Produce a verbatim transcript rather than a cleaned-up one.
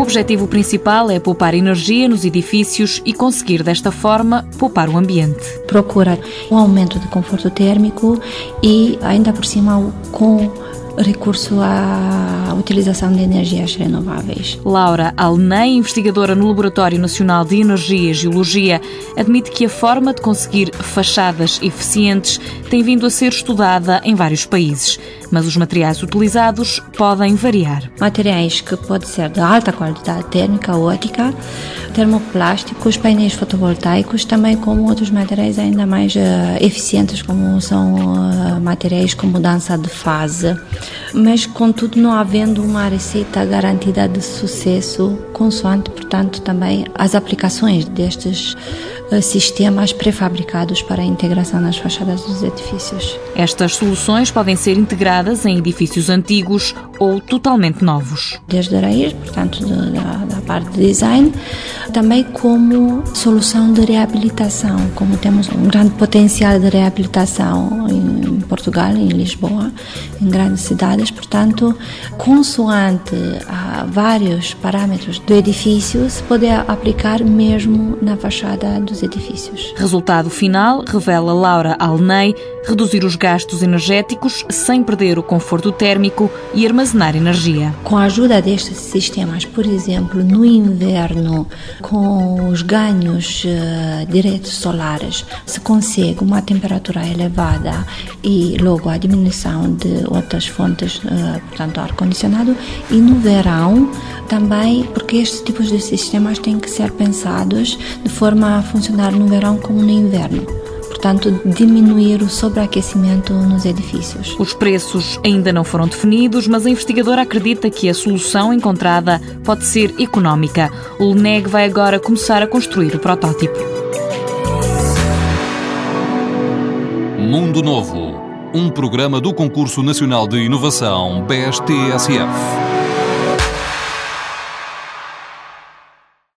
objetivo principal é poupar energia nos edifícios e conseguir, desta forma, poupar o ambiente. Procura um aumento de conforto térmico e, ainda por cima, com recurso à utilização de energias renováveis. Laura Alnei, investigadora no Laboratório Nacional de Energia e Geologia, admite que a forma de conseguir fachadas eficientes tem vindo a ser estudada em vários países, mas os materiais utilizados podem variar. Materiais que podem ser de alta qualidade térmica ou óptica, termoplásticos, painéis fotovoltaicos, também como outros materiais ainda mais uh, eficientes, como são uh, materiais com mudança de fase, mas contudo não havendo uma receita garantida de sucesso, consoante, portanto, também as aplicações destes uh, sistemas pré-fabricados para a integração nas fachadas dos edifícios. Estas soluções podem ser integradas em edifícios antigos ou totalmente novos. Desde a raiz, portanto, da, da parte de design, também como solução de reabilitação, como temos um grande potencial de reabilitação em Portugal, em Lisboa, em grandes cidades, portanto, consoante a vários parâmetros do edifício, se pode aplicar mesmo na fachada dos edifícios. Resultado final, revela Laura Alnei, reduzir os gastos energéticos sem perder o conforto térmico e armazenar energia. Com a ajuda destes sistemas, por exemplo, no inverno, com os ganhos uh, diretos solares, se consegue uma temperatura elevada e logo a diminuição de outras fontes, uh, portanto, ar-condicionado, e no verão também, porque estes tipos de sistemas têm que ser pensados de forma a funcionar no verão como no inverno. Portanto, diminuir o sobreaquecimento nos edifícios. Os preços ainda não foram definidos, mas a investigadora acredita que a solução encontrada pode ser económica. O LNEG vai agora começar a construir o protótipo. Mundo Novo, um programa do Concurso Nacional de Inovação B E S T S F.